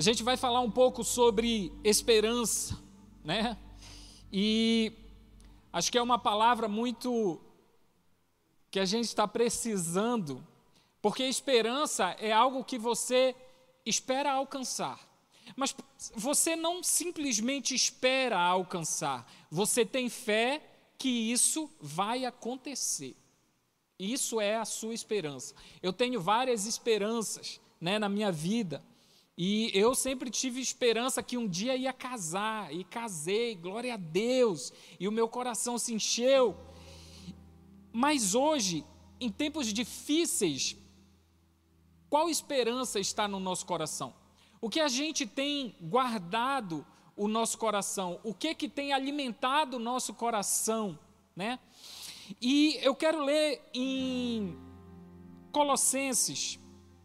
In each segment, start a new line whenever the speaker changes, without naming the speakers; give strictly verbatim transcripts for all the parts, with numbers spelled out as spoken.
A gente vai falar um pouco sobre esperança, né? E acho que é uma palavra muito que a gente está precisando, porque esperança é algo que você espera alcançar. Mas você não simplesmente espera alcançar, você tem fé que isso vai acontecer. Isso é a sua esperança. Eu tenho várias esperanças, né, na minha vida, e eu sempre tive esperança que um dia ia casar, e casei, glória a Deus, e o meu coração se encheu. Mas hoje, em tempos difíceis, qual esperança está no nosso coração? O que a gente tem guardado o nosso coração? O que que tem alimentado o nosso coração, né? E eu quero ler em Colossenses,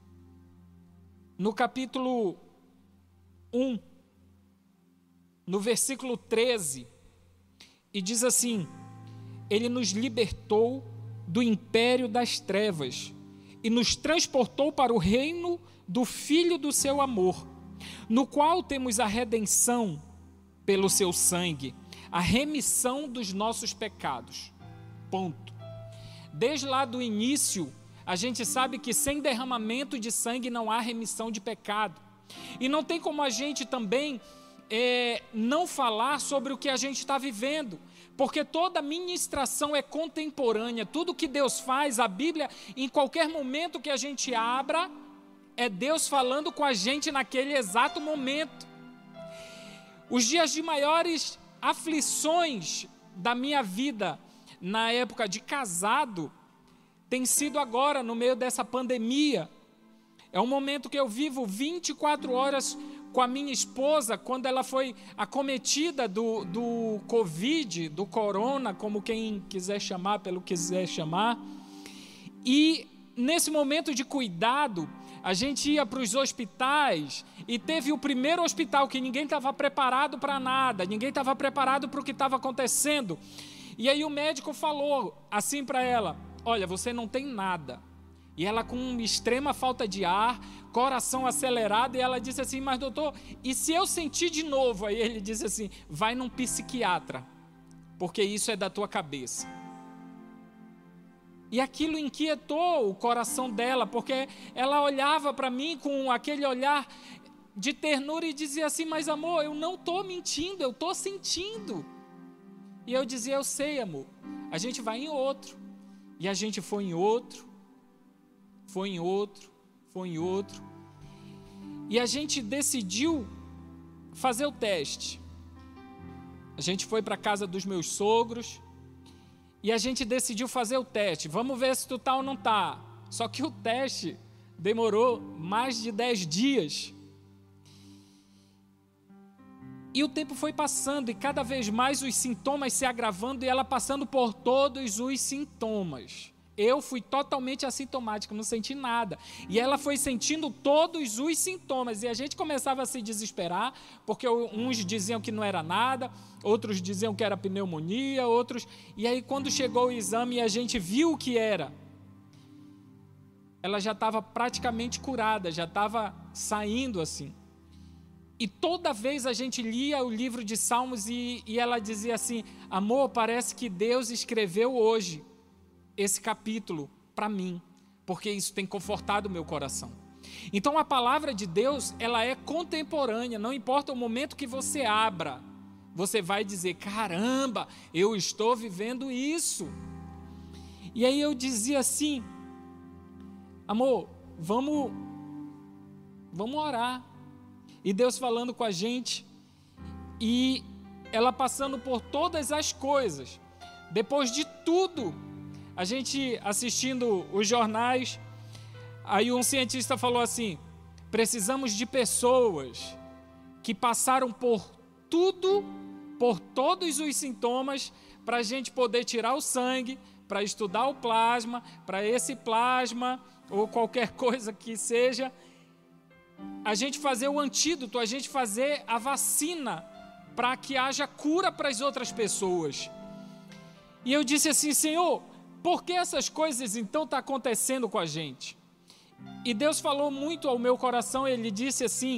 no capítulo um, no versículo treze, e diz assim: Ele nos libertou do império das trevas e nos transportou para o reino do Filho do seu amor, no qual temos a redenção pelo seu sangue, a remissão dos nossos pecados. Ponto. Desde lá do início, a gente sabe que sem derramamento de sangue não há remissão de pecado. E não tem como a gente também é, não falar sobre o que a gente está vivendo, porque toda ministração é contemporânea. Tudo que Deus faz, a Bíblia, em qualquer momento que a gente abra, é Deus falando com a gente naquele exato momento. Os dias de maiores aflições da minha vida, na época de casado, tem sido agora, no meio dessa pandemia. É um momento que eu vivo vinte e quatro horas com a minha esposa, quando ela foi acometida do, do Covid, do Corona, como quem quiser chamar, pelo que quiser chamar. E nesse momento de cuidado, a gente ia para os hospitais e teve o primeiro hospital que ninguém estava preparado para nada, ninguém estava preparado para o que estava acontecendo. E aí o médico falou assim para ela: olha, você não tem nada. E ela com extrema falta de ar, coração acelerado, e ela disse assim: mas doutor, e se eu sentir de novo? Aí ele disse assim: vai num psiquiatra, porque isso é da tua cabeça. E aquilo inquietou o coração dela, porque ela olhava para mim com aquele olhar de ternura e dizia assim: mas amor, eu não estou mentindo, eu estou sentindo. E eu dizia: eu sei, amor, a gente vai em outro. E a gente foi em outro, foi em outro, foi em outro. E a gente decidiu fazer o teste. A gente foi para a casa dos meus sogros e a gente decidiu fazer o teste. Vamos ver se tu tá ou não tá. Só que o teste demorou mais de dez dias. E o tempo foi passando e cada vez mais os sintomas se agravando e ela passando por todos os sintomas. Eu fui totalmente assintomático, não senti nada. E ela foi sentindo todos os sintomas. E a gente começava a se desesperar, porque uns diziam que não era nada, outros diziam que era pneumonia, outros... E aí quando chegou o exame e a gente viu o que era, ela já estava praticamente curada, já estava saindo assim. E toda vez a gente lia o livro de Salmos e, e ela dizia assim: amor, parece que Deus escreveu hoje esse capítulo para mim, porque isso tem confortado o meu coração. Então a palavra de Deus, ela é contemporânea, não importa o momento que você abra, você vai dizer: caramba, eu estou vivendo isso. E aí eu dizia assim: amor, vamos, vamos orar. E Deus falando com a gente, e ela passando por todas as coisas. Depois de tudo, a gente assistindo os jornais, aí um cientista falou assim: precisamos de pessoas que passaram por tudo, por todos os sintomas, para a gente poder tirar o sangue, para estudar o plasma, para esse plasma, ou qualquer coisa que seja, a gente fazer o antídoto, a gente fazer a vacina para que haja cura para as outras pessoas. E eu disse assim: Senhor, por que essas coisas então estão acontecendo com a gente? E Deus falou muito ao meu coração, Ele disse assim: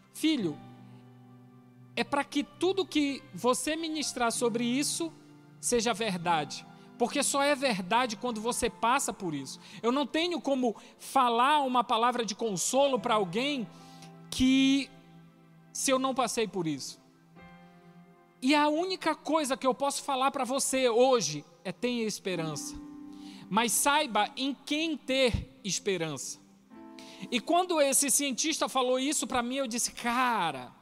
filho, é para que tudo que você ministrar sobre isso seja verdade. Porque só é verdade quando você passa por isso. Eu não tenho como falar uma palavra de consolo para alguém que, se eu não passei por isso. E a única coisa que eu posso falar para você hoje é: tenha esperança. Mas saiba em quem ter esperança. E quando esse cientista falou isso para mim, eu disse: cara,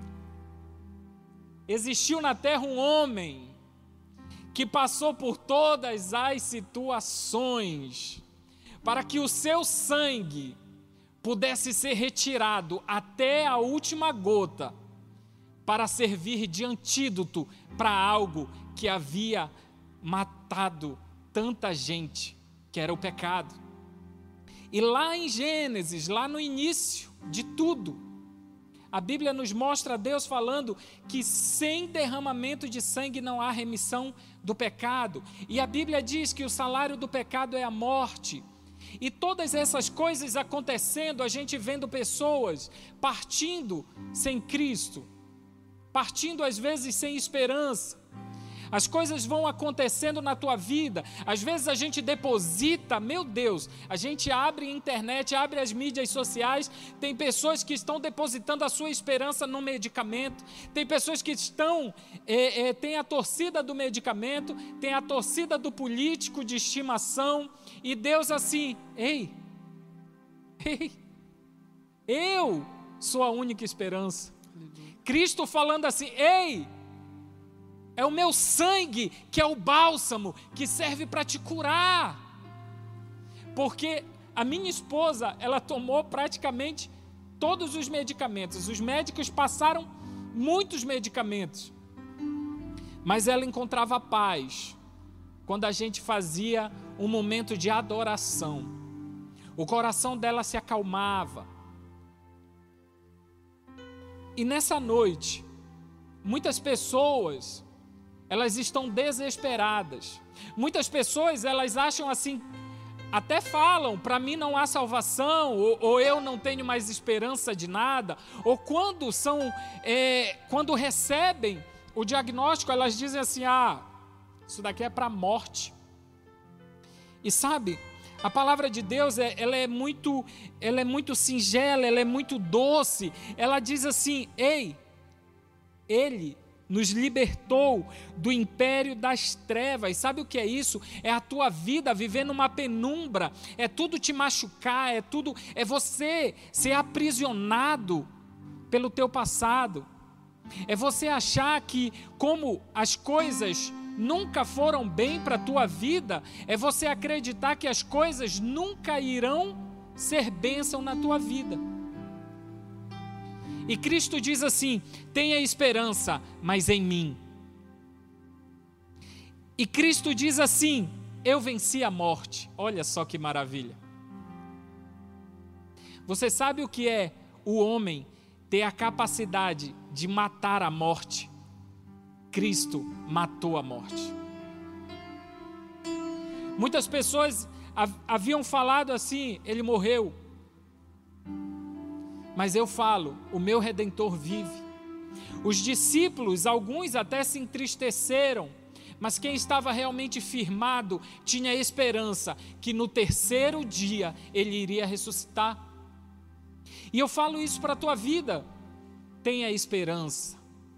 existiu na Terra um homem que passou por todas as situações para que o seu sangue pudesse ser retirado até a última gota, para servir de antídoto para algo que havia matado tanta gente, que era o pecado. E lá em Gênesis, lá no início de tudo, a Bíblia nos mostra Deus falando que sem derramamento de sangue não há remissão do pecado. E a Bíblia diz que o salário do pecado é a morte. E todas essas coisas acontecendo, a gente vendo pessoas partindo sem Cristo, partindo às vezes sem esperança. As coisas vão acontecendo na tua vida. Às vezes a gente deposita, meu Deus, a gente abre a internet, abre as mídias sociais, tem pessoas que estão depositando a sua esperança no medicamento, tem pessoas que estão, é, é, tem a torcida do medicamento, tem a torcida do político de estimação, e Deus assim, ei, ei, eu sou a única esperança. Cristo falando assim, ei, é o meu sangue que é o bálsamo que serve para te curar. Porque a minha esposa, ela tomou praticamente todos os medicamentos. Os médicos passaram muitos medicamentos. Mas ela encontrava paz quando a gente fazia um momento de adoração. O coração dela se acalmava. E nessa noite, muitas pessoas, elas estão desesperadas. Muitas pessoas, elas acham assim, até falam, para mim não há salvação, ou, ou eu não tenho mais esperança de nada, ou quando são, é, quando recebem o diagnóstico, elas dizem assim, ah, isso daqui é para a morte. E sabe, a palavra de Deus, é, ela, é muito, ela é muito singela, ela é muito doce. Ela diz assim, ei, Ele nos libertou do império das trevas. Sabe o que é isso? É a tua vida vivendo uma penumbra, é tudo te machucar, é tudo, é você ser aprisionado pelo teu passado. É você achar que como as coisas nunca foram bem para a tua vida, é você acreditar que as coisas nunca irão ser bênção na tua vida. E Cristo diz assim, tenha esperança, mas em mim. E Cristo diz assim, eu venci a morte. Olha só que maravilha. Você sabe o que é o homem ter a capacidade de matar a morte? Cristo matou a morte. Muitas pessoas haviam falado assim, ele morreu. Mas eu falo, o meu Redentor vive. Os discípulos, alguns até se entristeceram, mas quem estava realmente firmado tinha esperança que no terceiro dia ele iria ressuscitar. E eu falo isso para a tua vida, tenha esperança.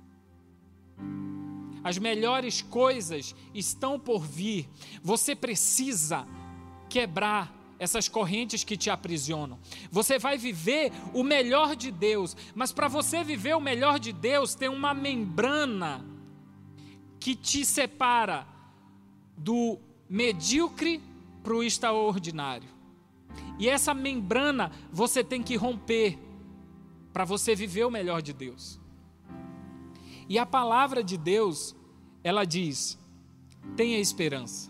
As melhores coisas estão por vir. Você precisa quebrar essas correntes que te aprisionam. Você vai viver o melhor de Deus, mas para você viver o melhor de Deus, tem uma membrana que te separa do medíocre para o extraordinário. E essa membrana você tem que romper para você viver o melhor de Deus. E a palavra de Deus, ela diz, tenha esperança.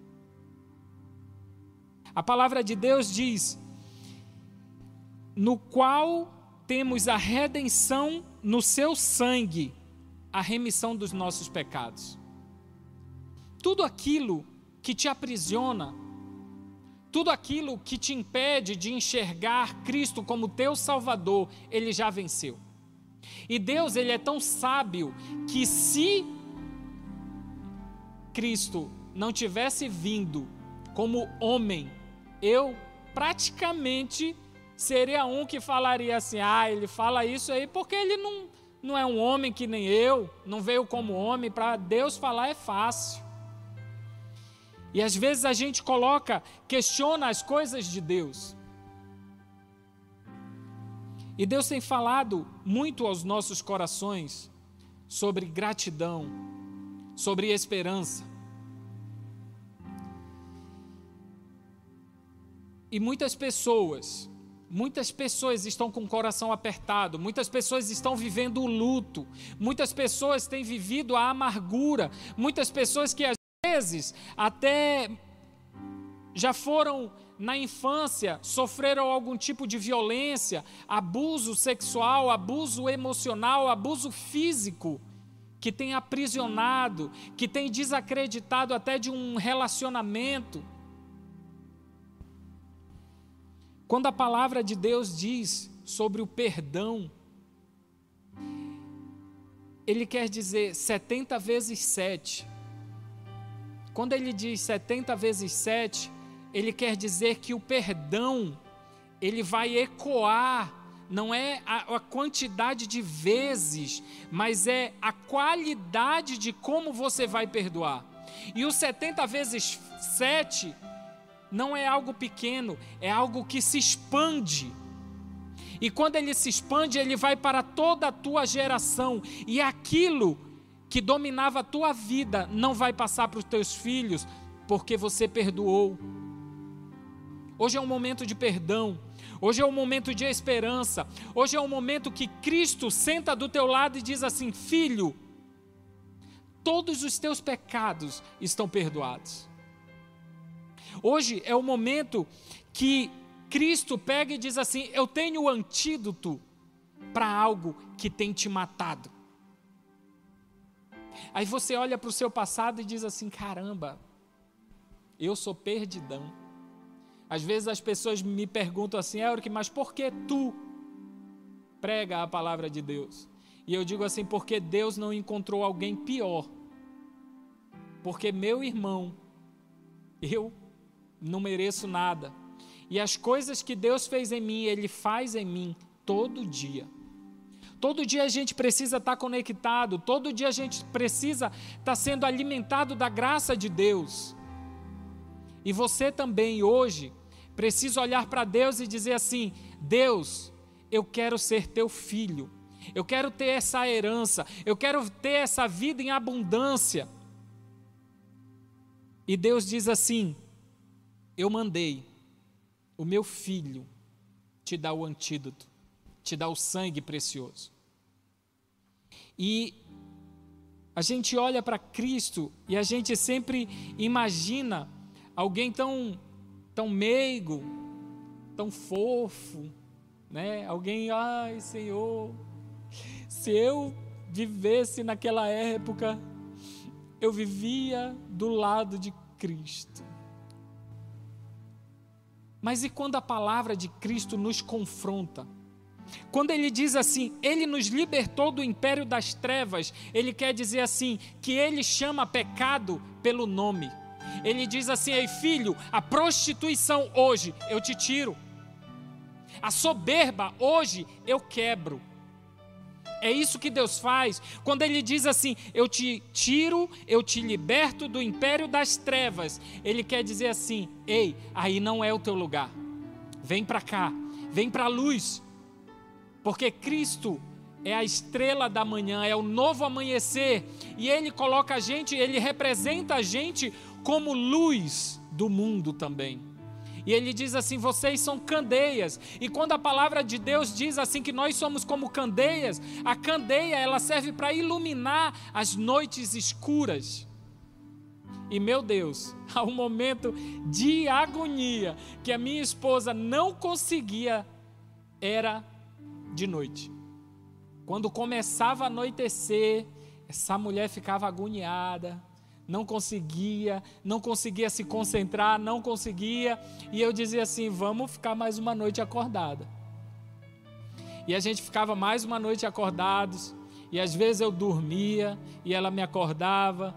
A palavra de Deus diz, no qual temos a redenção no seu sangue, a remissão dos nossos pecados. Tudo aquilo que te aprisiona, tudo aquilo que te impede de enxergar Cristo como teu Salvador, Ele já venceu. E Deus, ele é tão sábio que se Cristo não tivesse vindo como homem, eu praticamente seria um que falaria assim, ah, ele fala isso aí porque ele não, não é um homem que nem eu, não veio como homem, para Deus falar é fácil. E às vezes a gente coloca, questiona as coisas de Deus. E Deus tem falado muito aos nossos corações sobre gratidão, sobre esperança. E muitas pessoas, muitas pessoas estão com o coração apertado, muitas pessoas estão vivendo o luto, muitas pessoas têm vivido a amargura, muitas pessoas que às vezes até já foram na infância, sofreram algum tipo de violência, abuso sexual, abuso emocional, abuso físico, que tem aprisionado, que tem desacreditado até de um relacionamento. Quando a palavra de Deus diz sobre o perdão, ele quer dizer setenta vezes sete. Quando ele diz setenta vezes sete, ele quer dizer que o perdão, ele vai ecoar, não é a, a quantidade de vezes, mas é a qualidade de como você vai perdoar. E o setenta vezes sete não é algo pequeno, é algo que se expande. E quando ele se expande, ele vai para toda a tua geração. E aquilo que dominava a tua vida não vai passar para os teus filhos, porque você perdoou. Hoje é um momento de perdão. Hoje é um momento de esperança. Hoje é um momento que Cristo senta do teu lado e diz assim: filho, todos os teus pecados estão perdoados. Hoje é o momento que Cristo pega e diz assim: eu tenho o antídoto para algo que tem te matado. Aí você olha para o seu passado e diz assim: caramba, eu sou perdidão. Às vezes as pessoas me perguntam assim: Elric, mas por que tu prega a palavra de Deus? E eu digo assim: porque Deus não encontrou alguém pior. Porque meu irmão, eu não mereço nada. E as coisas que Deus fez em mim, Ele faz em mim todo dia. Todo dia a gente precisa estar conectado, todo dia a gente precisa estar sendo alimentado da graça de Deus. E você também hoje precisa olhar para Deus e dizer assim: Deus, eu quero ser teu filho, eu quero ter essa herança, eu quero ter essa vida em abundância. E Deus diz assim: eu mandei o meu filho te dar o antídoto, te dar o sangue precioso. E a gente olha para Cristo e a gente sempre imagina alguém tão, tão meigo, tão fofo, né? Alguém, ai Senhor, se eu vivesse naquela época, eu vivia do lado de Cristo. Mas e quando a palavra de Cristo nos confronta? Quando ele diz assim, ele nos libertou do império das trevas, ele quer dizer assim, que ele chama pecado pelo nome. Ele diz assim: ei filho, a prostituição hoje eu te tiro, a soberba hoje eu quebro. É isso que Deus faz, quando Ele diz assim: eu te tiro, eu te liberto do império das trevas. Ele quer dizer assim: ei, aí não é o teu lugar, vem para cá, vem para a luz, porque Cristo é a estrela da manhã, é o novo amanhecer, e Ele coloca a gente, Ele representa a gente como luz do mundo também. E ele diz assim: vocês são candeias. E quando a palavra de Deus diz assim que nós somos como candeias, a candeia ela serve para iluminar as noites escuras. E meu Deus, há um momento de agonia que a minha esposa não conseguia, era de noite. Quando começava a anoitecer, essa mulher ficava agoniada, não conseguia, não conseguia se concentrar, não conseguia, e eu dizia assim: vamos ficar mais uma noite acordada. E a gente ficava mais uma noite acordados, e às vezes eu dormia, e ela me acordava.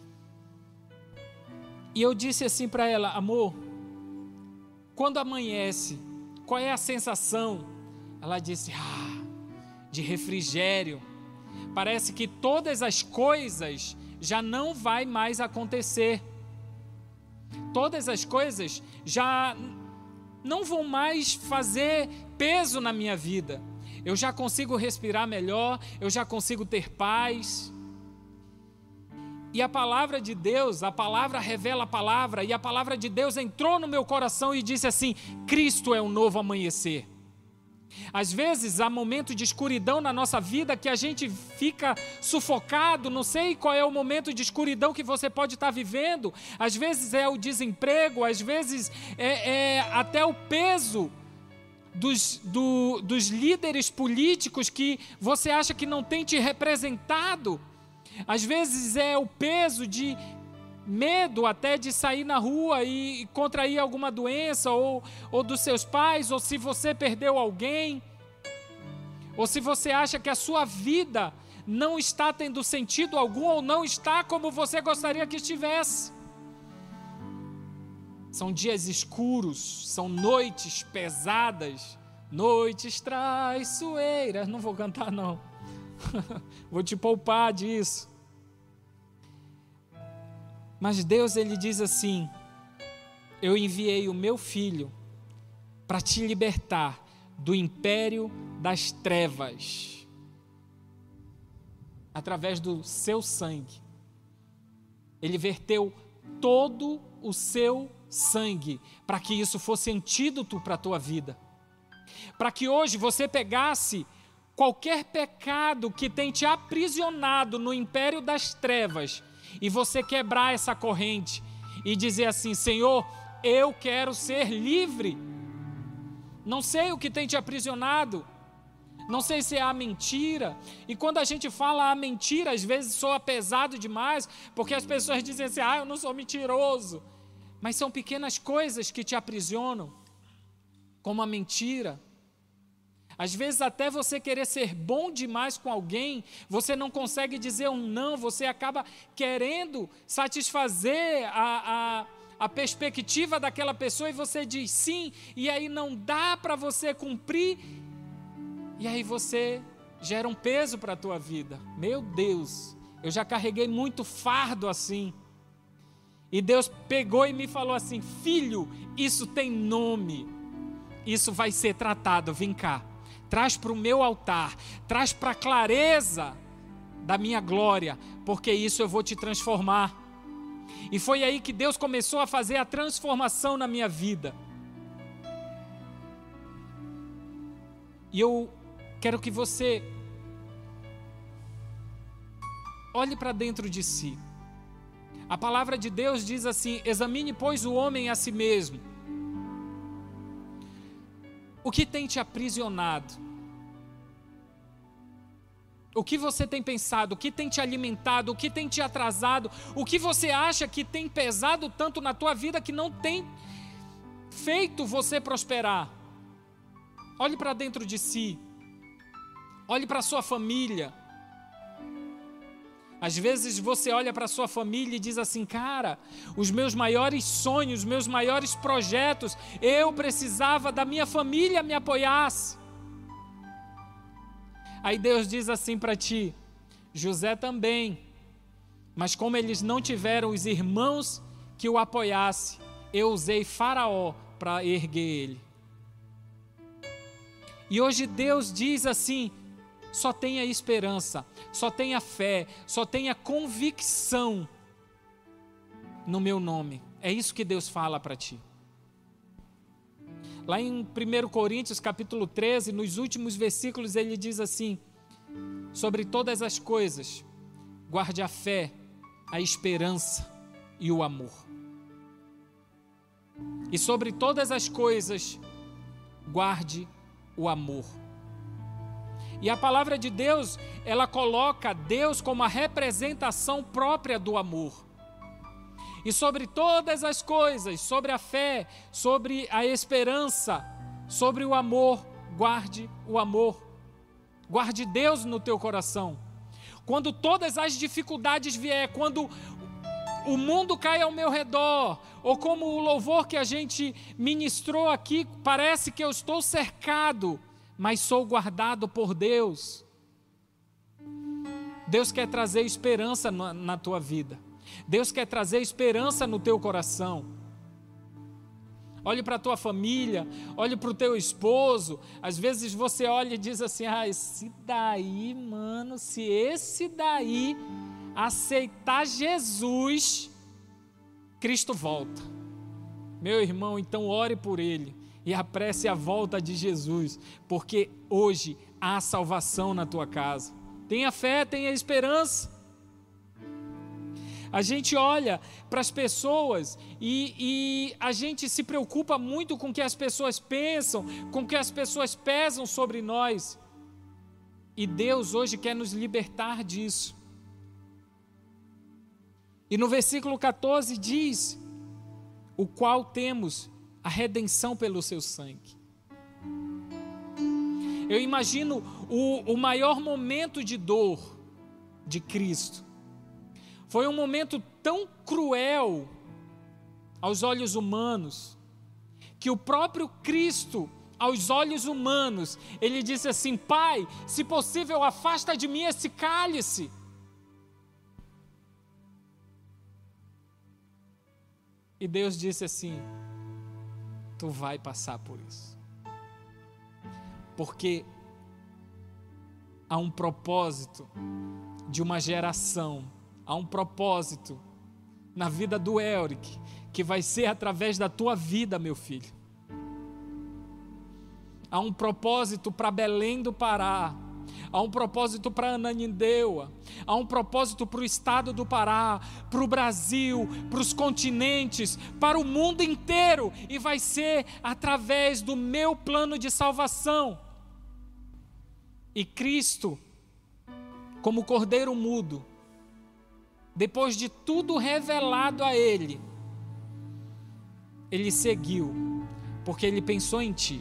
E eu disse assim para ela: amor, quando amanhece, qual é a sensação? Ela disse: ah, de refrigério. Parece que todas as coisas já não vai mais acontecer. Todas as coisas já não vão mais fazer peso na minha vida. Eu já consigo respirar melhor, eu já consigo ter paz. E a palavra de Deus, a palavra revela a palavra, e a palavra de Deus entrou no meu coração e disse assim: Cristo é um novo amanhecer. Às vezes há momento de escuridão na nossa vida que a gente fica sufocado. Não sei qual é o momento de escuridão que você pode estar vivendo. Às vezes é o desemprego, às vezes é, é até o peso dos, do, dos líderes políticos que você acha que não tem te representado. Às vezes é o peso de medo até de sair na rua e contrair alguma doença, ou, ou dos seus pais, ou se você perdeu alguém, ou se você acha que a sua vida não está tendo sentido algum, ou não está como você gostaria que estivesse. São dias escuros, são noites pesadas, noites traiçoeiras. Não vou cantar não, vou te poupar disso. Mas Deus, Ele diz assim: eu enviei o meu Filho para te libertar do império das trevas, através do seu sangue. Ele verteu todo o seu sangue para que isso fosse antídoto para a tua vida, para que hoje você pegasse qualquer pecado que tem te aprisionado no império das trevas, e você quebrar essa corrente e dizer assim: Senhor, eu quero ser livre. Não sei o que tem te aprisionado, não sei se é a mentira. E quando a gente fala a mentira, às vezes soa pesado demais, porque as pessoas dizem assim: ah, eu não sou mentiroso. Mas são pequenas coisas que te aprisionam, como a mentira. Às vezes até você querer ser bom demais com alguém, você não consegue dizer um não, você acaba querendo satisfazer a, a, a perspectiva daquela pessoa, e você diz sim, e aí não dá para você cumprir, e aí você gera um peso para a tua vida. Meu Deus, eu já carreguei muito fardo assim, e Deus pegou e me falou assim: filho, isso tem nome, isso vai ser tratado, vem cá. Traz para o meu altar, traz para a clareza da minha glória, porque isso eu vou te transformar. E foi aí que Deus começou a fazer a transformação na minha vida. E eu quero que você olhe para dentro de si. A palavra de Deus diz assim: examine, pois, o homem a si mesmo. O que tem te aprisionado? O que você tem pensado? O que tem te alimentado? O que tem te atrasado? O que você acha que tem pesado tanto na tua vida que não tem feito você prosperar? Olhe para dentro de si. Olhe para a sua família. Às vezes você olha para a sua família e diz assim: cara, os meus maiores sonhos, os meus maiores projetos, eu precisava da minha família me apoiasse. Aí Deus diz assim para ti: José também, mas como eles não tiveram os irmãos que o apoiassem, eu usei Faraó para erguer ele. E hoje Deus diz assim: só tenha esperança, só tenha fé, só tenha convicção no meu nome. É isso que Deus fala para ti. Lá em primeiro Coríntios capítulo treze, nos últimos versículos, ele diz assim: sobre todas as coisas, guarde a fé, a esperança e o amor. E sobre todas as coisas, guarde o amor. E a palavra de Deus, ela coloca Deus como a representação própria do amor. E sobre todas as coisas, sobre a fé, sobre a esperança, sobre o amor, guarde o amor. Guarde Deus no teu coração. Quando todas as dificuldades vier, quando o mundo cai ao meu redor, ou como o louvor que a gente ministrou aqui, parece que eu estou cercado, mas sou guardado por Deus. Deus quer trazer esperança na, na tua vida. Deus quer trazer esperança no teu coração. Olhe para a tua família, olhe para o teu esposo. Às vezes você olha e diz assim: ah, esse daí, mano, se esse daí aceitar Jesus, Cristo volta. Meu irmão, então ore por ele e apresse a volta de Jesus, porque hoje há salvação na tua casa. Tenha fé, tenha esperança. A gente olha para as pessoas e, e a gente se preocupa muito com o que as pessoas pensam, com o que as pessoas pesam sobre nós. E Deus hoje quer nos libertar disso. E no versículo catorze diz: o qual temos a redenção pelo seu sangue. Eu imagino o, o maior momento de dor de Cristo. Foi um momento tão cruel aos olhos humanos, que o próprio Cristo, aos olhos humanos, ele disse assim: Pai, se possível, afasta de mim esse cálice. E Deus disse assim: tu vai passar por isso, porque há um propósito de uma geração, há um propósito na vida do Elric, que vai ser através da tua vida, meu filho. Há um propósito para Belém do Pará, há um propósito para Ananindeua, há um propósito para o estado do Pará, para o Brasil, para os continentes, para o mundo inteiro, e vai ser através do meu plano de salvação. E Cristo, como cordeiro mudo, depois de tudo revelado a Ele, Ele seguiu, porque Ele pensou em ti.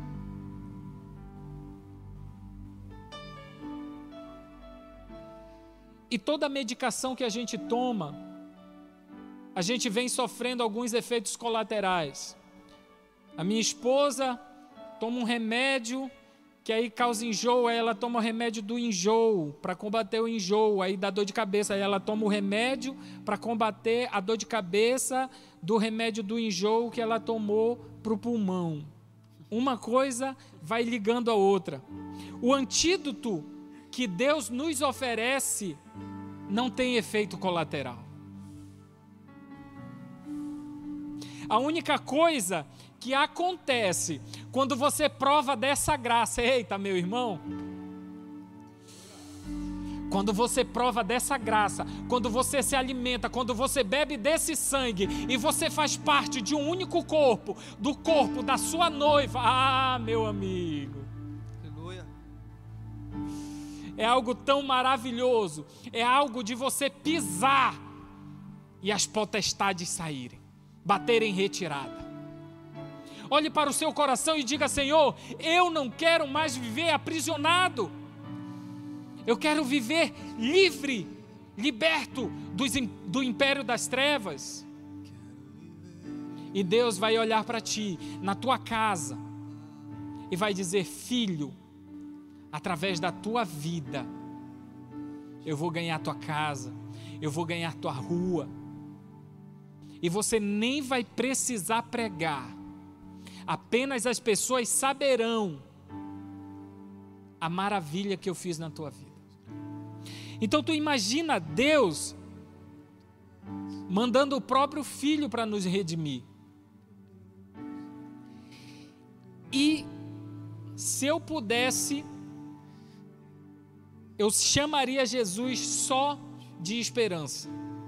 E toda a medicação que a gente toma, a gente vem sofrendo alguns efeitos colaterais. A minha esposa toma um remédio que aí causa enjoo, aí ela toma o remédio do enjoo, para combater o enjoo, aí dá dor de cabeça, aí ela toma o remédio para combater a dor de cabeça do remédio do enjoo que ela tomou para o pulmão. Uma coisa vai ligando a outra. O antídoto que Deus nos oferece não tem efeito colateral. A única coisa que acontece quando você prova dessa graça, eita, meu irmão, quando você prova dessa graça, quando você se alimenta, quando você bebe desse sangue e você faz parte de um único corpo, do corpo da sua noiva, ah, meu amigo, aleluia. É algo tão maravilhoso, é algo de você pisar e as potestades saírem, baterem retirada. Olhe para o seu coração e diga: Senhor, eu não quero mais viver aprisionado. Eu quero viver livre, liberto dos, do império das trevas. E Deus vai olhar para ti, na tua casa, e vai dizer: filho, através da tua vida, eu vou ganhar tua casa, eu vou ganhar tua rua. E você nem vai precisar pregar. Apenas as pessoas saberão a maravilha que eu fiz na tua vida. Então tu imagina Deus mandando o próprio Filho para nos redimir. E se eu pudesse, eu chamaria Jesus só de esperança.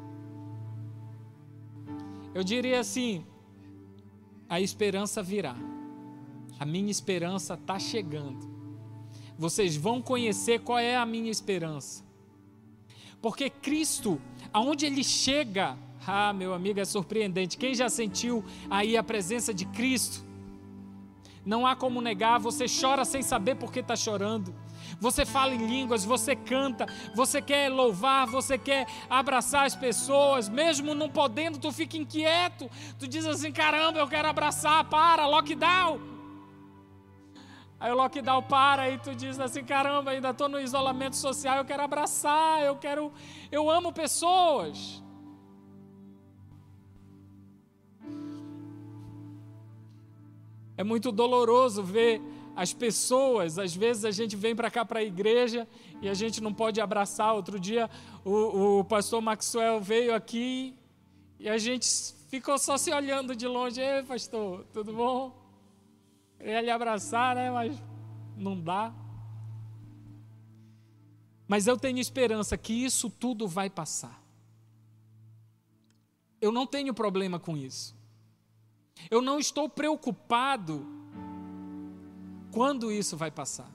Eu diria assim: a esperança virá, a minha esperança está chegando, vocês vão conhecer qual é a minha esperança, porque Cristo, aonde Ele chega, ah, meu amigo, é surpreendente. Quem já sentiu aí a presença de Cristo? Não há como negar, você chora sem saber por que está chorando, Você fala em línguas, você canta, você quer louvar, você quer abraçar as pessoas, mesmo não podendo, tu fica inquieto, tu diz assim, caramba, eu quero abraçar, para, lockdown. Aí o lockdown para e tu diz assim, caramba, ainda estou no isolamento social, eu quero abraçar, eu quero, eu amo pessoas. É muito doloroso ver as pessoas, às vezes a gente vem para cá para a igreja e a gente não pode abraçar. Outro dia o, o pastor Maxwell veio aqui e a gente ficou só se olhando de longe. Ei, pastor, tudo bom? Eu ia lhe abraçar, né? Mas não dá. Mas eu tenho esperança que isso tudo vai passar. Eu não tenho problema com isso. Eu não estou preocupado quando isso vai passar.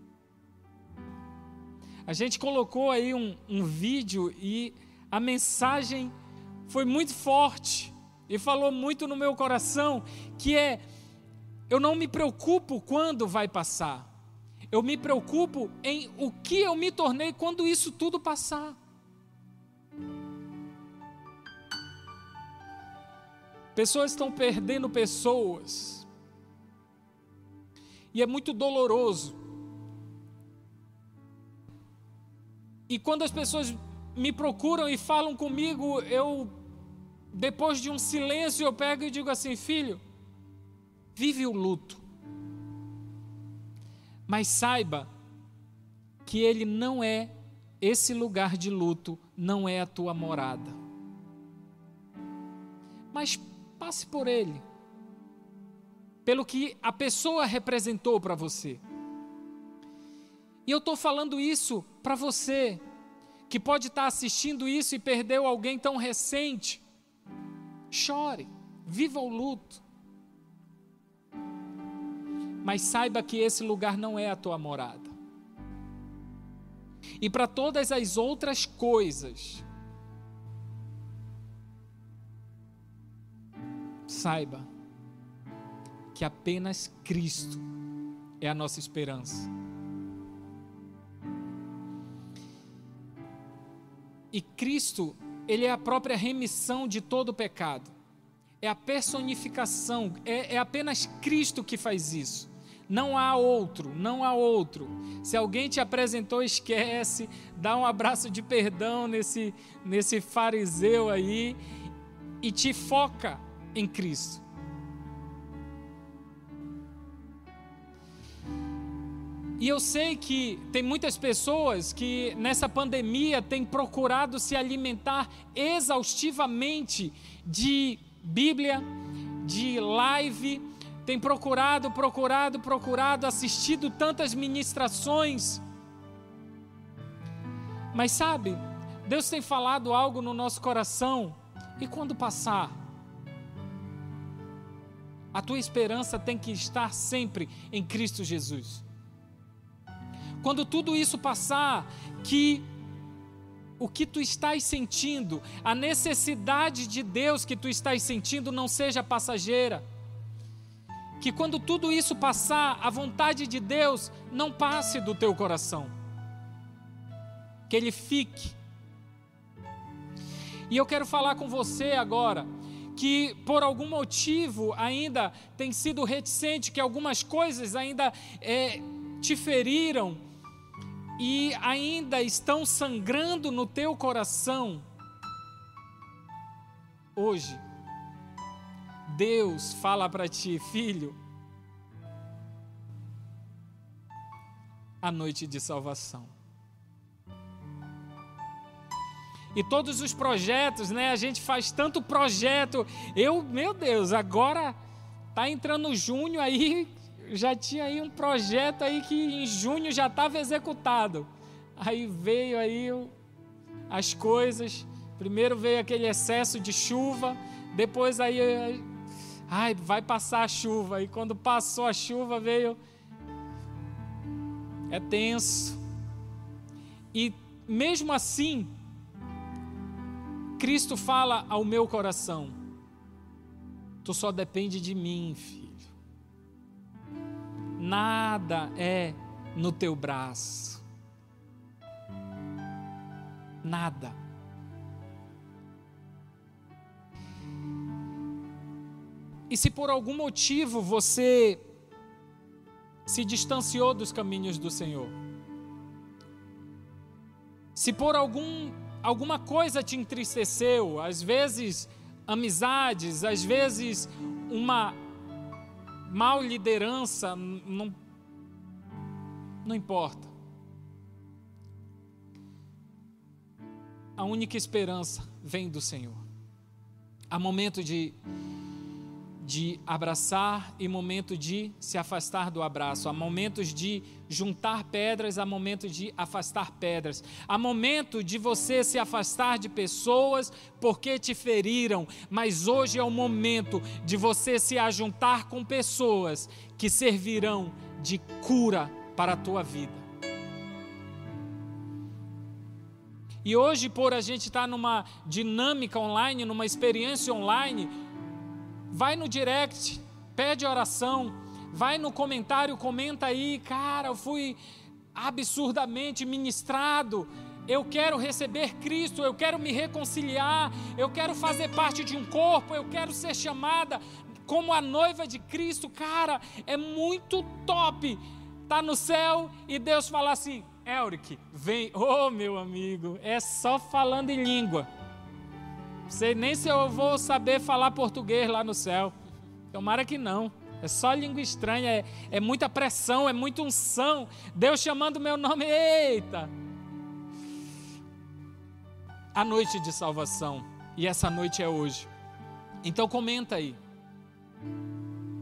A gente colocou aí um, um vídeo e a mensagem foi muito forte e falou muito no meu coração, que é, eu não me preocupo quando vai passar, eu me preocupo em o que eu me tornei quando isso tudo passar. Pessoas estão perdendo pessoas. E é muito doloroso. E quando as pessoas me procuram e falam comigo, eu, depois de um silêncio, eu pego e digo assim, filho, vive o luto. Mas saiba que ele não é, esse lugar de luto não é a tua morada. Mas passe por ele, pelo que a pessoa representou para você. E eu estou falando isso para você, que pode estar assistindo isso e perdeu alguém tão recente. Chore, viva o luto. Mas saiba que esse lugar não é a tua morada. E para todas as outras coisas, saiba que apenas Cristo é a nossa esperança. E Cristo, Ele é a própria remissão de todo o pecado. É a personificação, é, é apenas Cristo que faz isso. Não há outro, não há outro. Se alguém te apresentou, esquece, dá um abraço de perdão nesse, nesse fariseu aí e te foca em Cristo. E eu sei que tem muitas pessoas que nessa pandemia têm procurado se alimentar exaustivamente de Bíblia, de live, tem procurado, procurado, procurado, assistido tantas ministrações. Mas sabe, Deus tem falado algo no nosso coração, e quando passar, a tua esperança tem que estar sempre em Cristo Jesus. Quando tudo isso passar, que o que tu estás sentindo, a necessidade de Deus que tu estás sentindo não seja passageira. Que quando tudo isso passar, a vontade de Deus não passe do teu coração. Que ele fique. E eu quero falar com você agora, que por algum motivo ainda tem sido reticente, que algumas coisas ainda é, te feriram, e ainda estão sangrando no teu coração. Hoje, Deus fala para ti, filho, a noite de salvação. E todos os projetos, né? A gente faz tanto projeto. Eu, meu Deus, agora tá entrando junho aí, já tinha aí um projeto aí que em junho já estava executado. Aí veio aí o, as coisas. Primeiro veio aquele excesso de chuva, depois aí, ai, vai passar a chuva. E quando passou a chuva veio, é tenso. E mesmo assim, Cristo fala ao meu coração, tu só depende de mim, filho. Nada é no teu braço. nada. E se por algum motivo você se distanciou dos caminhos do Senhor, se por algum, alguma coisa te entristeceu, às vezes amizades, às vezes uma mal liderança, não, não importa. A única esperança vem do Senhor. Há momento de de abraçar e momento de se afastar do abraço. Há momentos de juntar pedras, há momentos de afastar pedras. Há momento de você se afastar de pessoas porque te feriram, mas hoje é o momento de você se ajuntar com pessoas que servirão de cura para a tua vida. E hoje, por a gente estar numa dinâmica online, numa experiência online, vai no direct, pede oração, vai no comentário, comenta aí, cara, eu fui absurdamente ministrado, eu quero receber Cristo, eu quero me reconciliar, eu quero fazer parte de um corpo, eu quero ser chamada como a noiva de Cristo. Cara, é muito top estar no céu e Deus falar assim: Elric, vem. Oh, meu amigo, é só falando em língua. Não sei nem se eu vou saber falar português lá no céu. Tomara que não. É só língua estranha, é, é muita pressão, é muita unção. Deus chamando meu nome, eita! A noite de salvação. E essa noite é hoje. Então comenta aí.